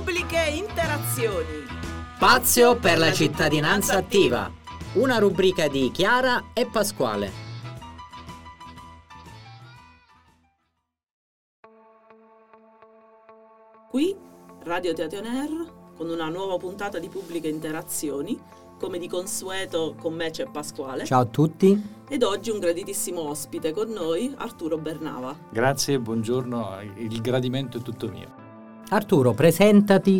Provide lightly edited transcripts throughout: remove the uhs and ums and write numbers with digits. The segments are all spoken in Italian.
Pubbliche Interazioni. Spazio per la cittadinanza attiva. Una rubrica di Chiara e Pasquale. Qui Radio Teatro On Air con una nuova puntata di Pubbliche Interazioni. Come di consueto con me c'è Pasquale. Ciao a tutti. Ed oggi un graditissimo ospite con noi, Arturo Bernava. Grazie, buongiorno, il gradimento è tutto mio. Arturo, presentati.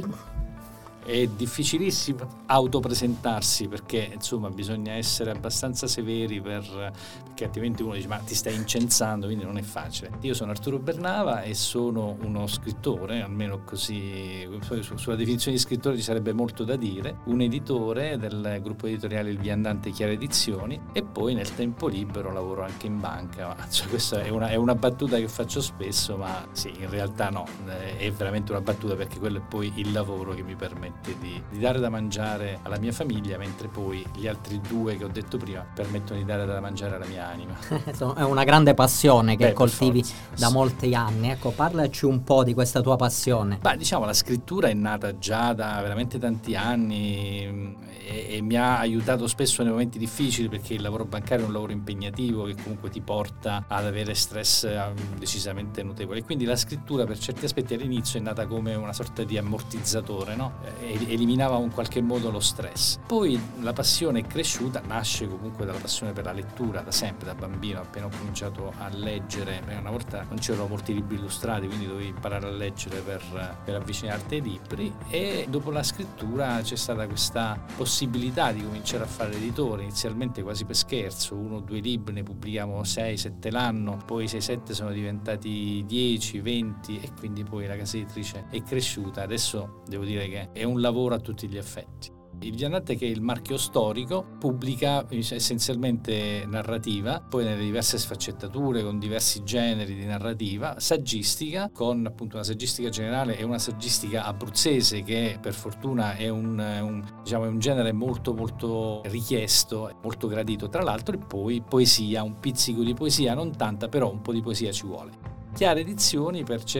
È difficilissimo autopresentarsi perché insomma bisogna essere abbastanza severi perché altrimenti uno dice ma ti stai incensando, quindi non è facile. Io sono Arturo Bernava e sono uno scrittore, almeno così sulla definizione di scrittore ci sarebbe molto da dire, un editore del gruppo editoriale Il Viandante Chiara Edizioni e poi nel tempo libero lavoro anche in banca. Cioè, questa è una battuta che faccio spesso, ma sì, in realtà no, è veramente una battuta perché quello è poi il lavoro che mi permette di dare da mangiare alla mia famiglia, mentre poi gli altri due che ho detto prima permettono di dare da mangiare alla mia anima. È una grande passione che coltivi da sì. Molti anni. Ecco, parlaci un po' di questa tua passione. Beh, diciamo, la scrittura è nata già da veramente tanti anni e mi ha aiutato spesso nei momenti difficili, perché il lavoro bancario è un lavoro impegnativo che comunque ti porta ad avere stress decisamente notevoli. Quindi la scrittura per certi aspetti all'inizio è nata come una sorta di ammortizzatore, no? Eliminava in qualche modo lo stress. Poi la passione è cresciuta, nasce comunque dalla passione per la lettura da sempre, da bambino. Appena ho cominciato a leggere, una volta non c'erano molti libri illustrati, quindi dovevi imparare a leggere per avvicinarti ai libri, e dopo la scrittura c'è stata questa possibilità di cominciare a fare l'editore, inizialmente quasi per scherzo, 1 o 2 libri, ne pubblichiamo 6-7 l'anno, poi 6-7 sono diventati 10, 20 e quindi poi la casa editrice è cresciuta. Adesso devo dire che è un lavoro a tutti gli effetti. Il Viandante, che è il marchio storico, pubblica essenzialmente narrativa, poi nelle diverse sfaccettature, con diversi generi di narrativa, saggistica, con appunto una saggistica generale e una saggistica abruzzese, che per fortuna è un genere molto molto richiesto, molto gradito tra l'altro, e poi poesia, un pizzico di poesia, non tanta, però un po' di poesia ci vuole. Chiara Edizioni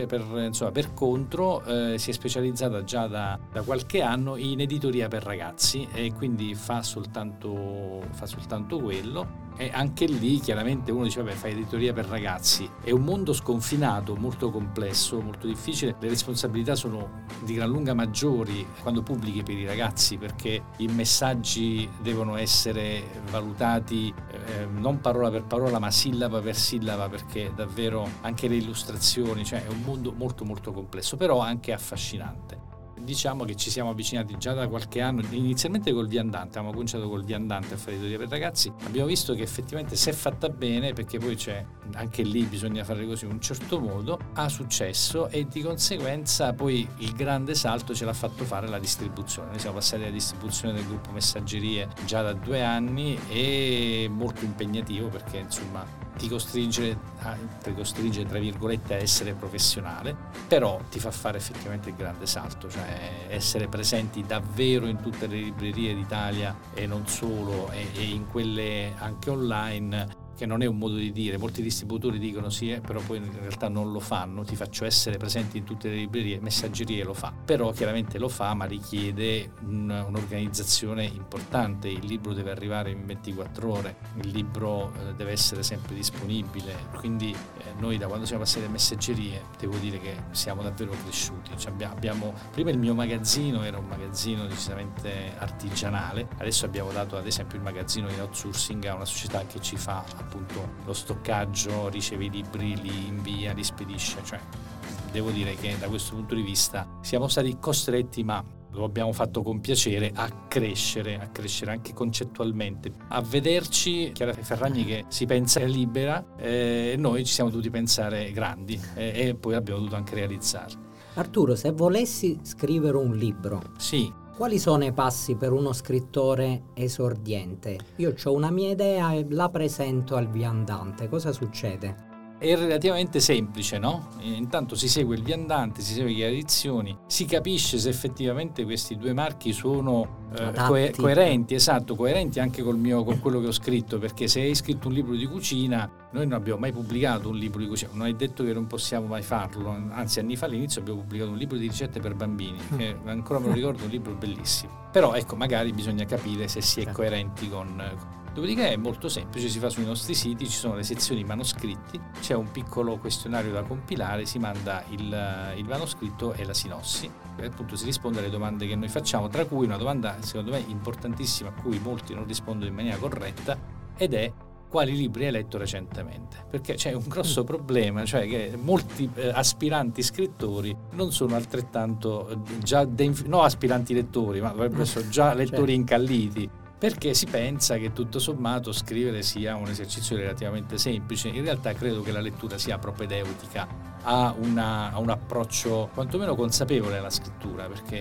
per contro si è specializzata già da qualche anno in editoria per ragazzi, e quindi fa soltanto quello. E anche lì chiaramente uno dice vabbè, fai editoria per ragazzi, è un mondo sconfinato, molto complesso, molto difficile, le responsabilità sono di gran lunga maggiori quando pubblichi per i ragazzi, perché i messaggi devono essere valutati non parola per parola ma sillaba per sillaba, perché davvero anche le illustrazioni, cioè è un mondo molto molto complesso, però anche affascinante. Diciamo che ci siamo avvicinati già da qualche anno, inizialmente col Viandante, abbiamo cominciato col Viandante a fare editoria per ragazzi, abbiamo visto che effettivamente se fatta bene, perché poi c'è anche lì bisogna fare le cose in un certo modo, ha successo, e di conseguenza poi il grande salto ce l'ha fatto fare la distribuzione. Noi siamo passati alla distribuzione del gruppo Messaggerie già da 2 anni, e molto impegnativo perché insomma ti costringe tra virgolette a essere professionale, però ti fa fare effettivamente il grande salto, cioè essere presenti davvero in tutte le librerie d'Italia e non solo, e in quelle anche online, che non è un modo di dire, molti distributori dicono sì, però poi in realtà non lo fanno. Ti faccio essere presenti in tutte le librerie, Messaggerie lo fa, però chiaramente lo fa, ma richiede un'organizzazione importante. Il libro deve arrivare in 24 ore, il libro deve essere sempre disponibile, quindi noi da quando siamo passati a Messaggerie devo dire che siamo davvero cresciuti. Cioè abbiamo prima il mio magazzino era un magazzino decisamente artigianale, adesso abbiamo dato ad esempio il magazzino in outsourcing a una società che ci fa appunto lo stoccaggio, riceve i libri, li invia, li spedisce. Cioè devo dire che da questo punto di vista siamo stati costretti, ma lo abbiamo fatto con piacere, a crescere anche concettualmente, a vederci Chiara Ferragni che si pensa libera, e noi ci siamo dovuti pensare grandi, e poi abbiamo dovuto anche realizzarli. Arturo, se volessi scrivere un libro, sì, quali sono i passi per uno scrittore esordiente? Io ho una mia idea e la presento al Viandante. Cosa succede? è relativamente semplice, no? Intanto si segue il viandante, si segue le edizioni, si capisce se effettivamente questi due marchi sono coerenti, esatto, coerenti anche con quello che ho scritto, perché se hai scritto un libro di cucina, noi non abbiamo mai pubblicato un libro di cucina, non è detto che non possiamo mai farlo, anzi anni fa all'inizio abbiamo pubblicato un libro di ricette per bambini, che ancora me lo ricordo, un libro bellissimo, però ecco, magari bisogna capire se si è coerenti con... Dopodiché è molto semplice, si fa sui nostri siti, ci sono le sezioni manoscritti, c'è un piccolo questionario da compilare, si manda il manoscritto e la sinossi, e appunto si risponde alle domande che noi facciamo, tra cui una domanda secondo me importantissima a cui molti non rispondono in maniera corretta, ed è: quali libri hai letto recentemente? Perché c'è un grosso problema, cioè che molti aspiranti scrittori non sono altrettanto no aspiranti lettori, ma dovrebbero essere già lettori incalliti, perché si pensa che tutto sommato scrivere sia un esercizio relativamente semplice. In realtà credo che la lettura sia propedeutica a un approccio quantomeno consapevole alla scrittura, perché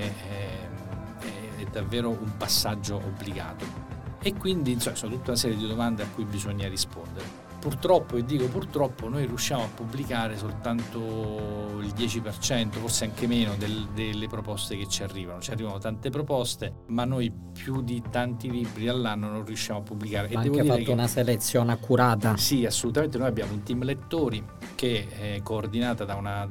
è davvero un passaggio obbligato, e quindi insomma, sono tutta una serie di domande a cui bisogna rispondere. Purtroppo, e dico purtroppo, noi riusciamo a pubblicare soltanto il 10%, forse anche meno, delle proposte che ci arrivano. Ci arrivano tante proposte, ma noi più di tanti libri all'anno non riusciamo a pubblicare. Ma anche fatto una selezione accurata. Sì, assolutamente. Noi abbiamo un team lettori che è coordinata da una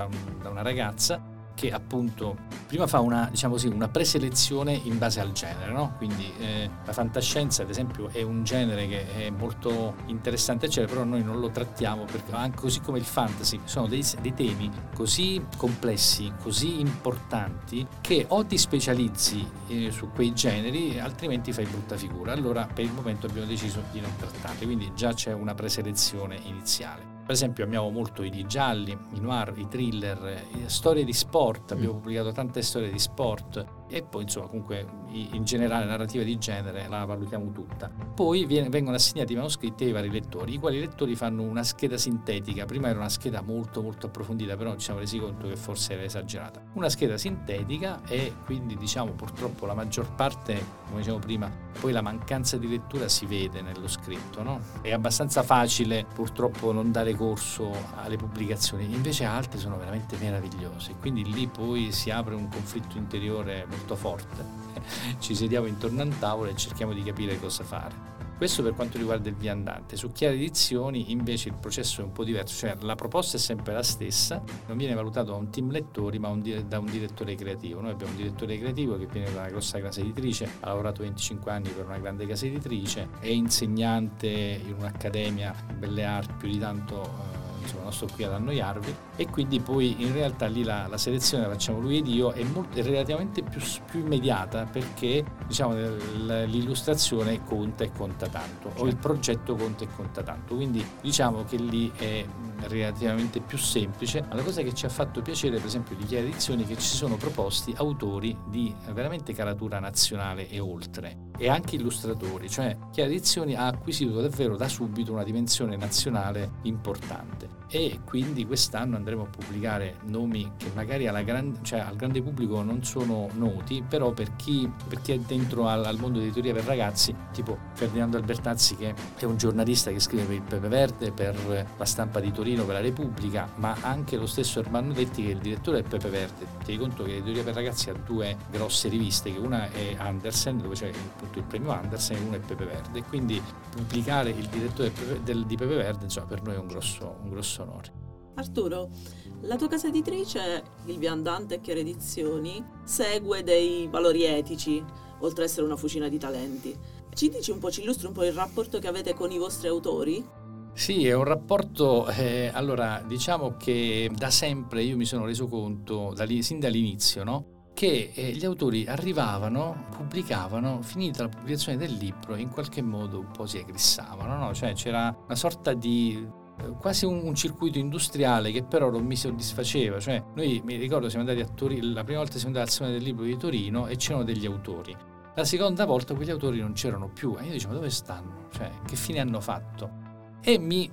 ragazza che appunto prima fa una preselezione in base al genere, no? Quindi la fantascienza ad esempio è un genere che è molto interessante, però noi non lo trattiamo, perché anche così come il fantasy sono dei temi così complessi, così importanti, che o ti specializzi su quei generi, altrimenti fai brutta figura. Allora per il momento abbiamo deciso di non trattarli, quindi già c'è una preselezione iniziale. Per esempio amiamo molto i gialli, i noir, i thriller, storie di sport, abbiamo pubblicato tante storie di sport, e poi insomma comunque in generale narrativa di genere la valutiamo tutta. Poi vengono assegnati i manoscritti ai vari lettori, i quali lettori fanno una scheda sintetica. Prima era una scheda molto molto approfondita, però ci siamo resi conto che forse era esagerata. Una scheda sintetica, e quindi diciamo purtroppo la maggior parte, come dicevo prima, poi la mancanza di lettura si vede nello scritto, no? È abbastanza facile purtroppo non dare corso alle pubblicazioni, invece altre sono veramente meravigliose, quindi lì poi si apre un conflitto interiore molto forte. Ci sediamo intorno a un tavolo e cerchiamo di capire cosa fare. Questo per quanto riguarda il viandante. Su Chiara Edizioni invece il processo è un po' diverso, cioè la proposta è sempre la stessa, non viene valutato da un team lettori ma da un direttore creativo. Noi abbiamo un direttore creativo che viene da una grossa casa editrice, ha lavorato 25 anni per una grande casa editrice, è insegnante in un'accademia Belle Arti, più di tanto non sto qui ad annoiarvi, e quindi poi in realtà lì la selezione la facciamo lui ed io, è relativamente più immediata, perché diciamo l'illustrazione conta e conta tanto, o il progetto conta e conta tanto, quindi diciamo che lì è relativamente più semplice. Ma la cosa che ci ha fatto piacere per esempio di Chiara Edizioni è che ci sono proposti autori di veramente caratura nazionale e oltre, e anche illustratori, cioè Chiara Edizioni ha acquisito davvero da subito una dimensione nazionale importante, e quindi quest'anno andremo a pubblicare nomi che magari al grande pubblico non sono noti, però per chi è dentro al mondo di editoria per ragazzi, tipo Ferdinando Albertazzi, che è un giornalista che scrive per il Pepe Verde, per la Stampa di Torino, per la Repubblica, ma anche lo stesso Ermanno Detti, che è il direttore del Pepe Verde. Tieni conto che l'editoria per ragazzi ha due grosse riviste, che una è Andersen, dove c'è appunto il premio Andersen, e una è Pepe Verde, e quindi pubblicare il direttore di Pepe Verde, insomma, per noi è un grosso onore. Arturo, la tua casa editrice, il viandante Chiara Edizioni, segue dei valori etici, oltre ad essere una fucina di talenti. Ci illustri un po' il rapporto che avete con i vostri autori? Sì, è un rapporto, allora diciamo che da sempre io mi sono reso conto, sin dall'inizio, no? Che gli autori arrivavano, pubblicavano, finita la pubblicazione del libro, in qualche modo un po' si eclissavano, no? Cioè c'era una sorta di quasi un circuito industriale che però non mi soddisfaceva. Cioè noi, mi ricordo, siamo andati a Torino, la prima volta siamo andati al Salone del Libro di Torino e c'erano degli autori, la seconda volta quegli autori non c'erano più, e io dicevo: ma dove stanno? Cioè che fine hanno fatto? E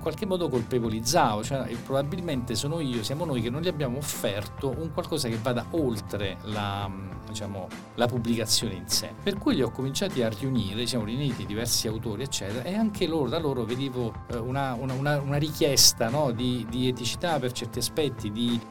qualche modo colpevolizzavo, cioè probabilmente siamo noi che non gli abbiamo offerto un qualcosa che vada oltre la pubblicazione in sé. Per cui li ho cominciati a riunire, siamo riuniti diversi autori eccetera, e anche da loro vedevo una richiesta, no, di eticità per certi aspetti,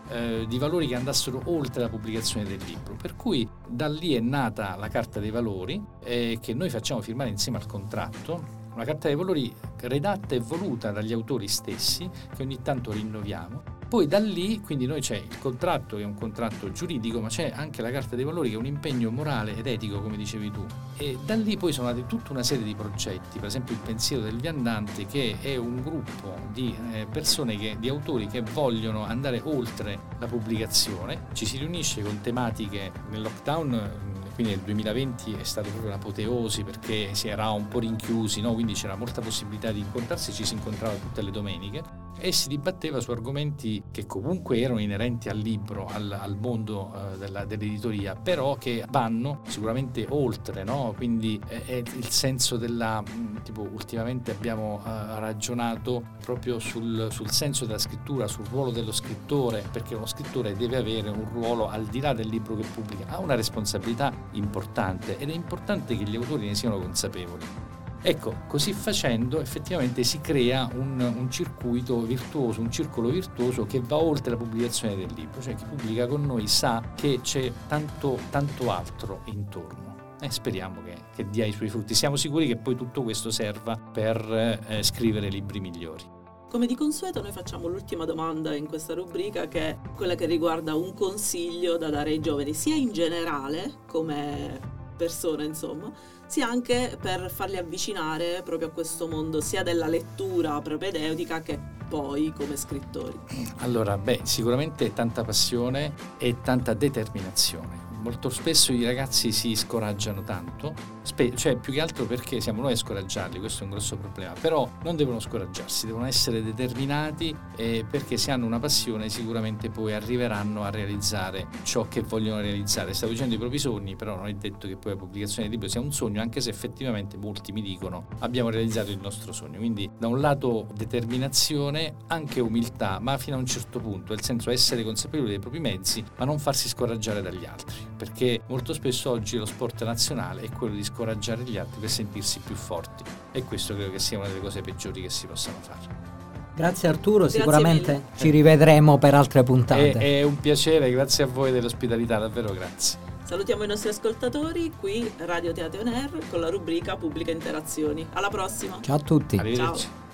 di valori che andassero oltre la pubblicazione del libro. Per cui da lì è nata la Carta dei Valori, che noi facciamo firmare insieme al contratto, una Carta dei Valori redatta e voluta dagli autori stessi, che ogni tanto rinnoviamo. Poi da lì, quindi noi c'è il contratto che è un contratto giuridico, ma c'è anche la Carta dei Valori che è un impegno morale ed etico, come dicevi tu. E da lì poi sono nati tutta una serie di progetti, per esempio il Pensiero del Viandante, che è un gruppo di persone, di autori che vogliono andare oltre la pubblicazione. Ci si riunisce con tematiche nel lockdown. Quindi nel 2020 è stata proprio un'apoteosi, perché si era un po' rinchiusi, no? Quindi c'era molta possibilità di incontrarsi, ci si incontrava tutte le domeniche e si dibatteva su argomenti che comunque erano inerenti al libro, al mondo dell'editoria, però che vanno sicuramente oltre, no? Quindi è il senso tipo ultimamente abbiamo ragionato proprio sul senso della scrittura, sul ruolo dello scrittore, perché uno scrittore deve avere un ruolo al di là del libro che pubblica, ha una responsabilità importante ed è importante che gli autori ne siano consapevoli. Ecco, così facendo effettivamente si crea un circuito virtuoso, un circolo virtuoso che va oltre la pubblicazione del libro, cioè chi pubblica con noi sa che c'è tanto altro intorno e speriamo che dia i suoi frutti. Siamo sicuri che poi tutto questo serva per scrivere libri migliori. Come di consueto noi facciamo l'ultima domanda in questa rubrica, che è quella che riguarda un consiglio da dare ai giovani, sia in generale come persone insomma, sia anche per farli avvicinare proprio a questo mondo sia della lettura propedeutica che poi come scrittori. Allora, sicuramente tanta passione e tanta determinazione. Molto spesso i ragazzi si scoraggiano tanto, cioè più che altro perché siamo noi a scoraggiarli, questo è un grosso problema, però non devono scoraggiarsi, devono essere determinati, perché se hanno una passione sicuramente poi arriveranno a realizzare ciò che vogliono realizzare. Stavo dicendo i propri sogni, però non è detto che poi la pubblicazione del libro sia un sogno, anche se effettivamente molti mi dicono abbiamo realizzato il nostro sogno. Quindi da un lato determinazione, anche umiltà, ma fino a un certo punto, nel senso essere consapevoli dei propri mezzi, ma non farsi scoraggiare dagli altri, perché molto spesso oggi lo sport nazionale è quello di scoraggiare gli altri per sentirsi più forti, e questo credo che sia una delle cose peggiori che si possano fare. Grazie Arturo, Grazie sicuramente mille. ci rivedremo per altre puntate. È un piacere, grazie a voi dell'ospitalità, davvero grazie. Salutiamo i nostri ascoltatori, qui Radio Teatro On Air con la rubrica Pubblica Interazioni. Alla prossima! Ciao a tutti. Arrivederci. Ciao.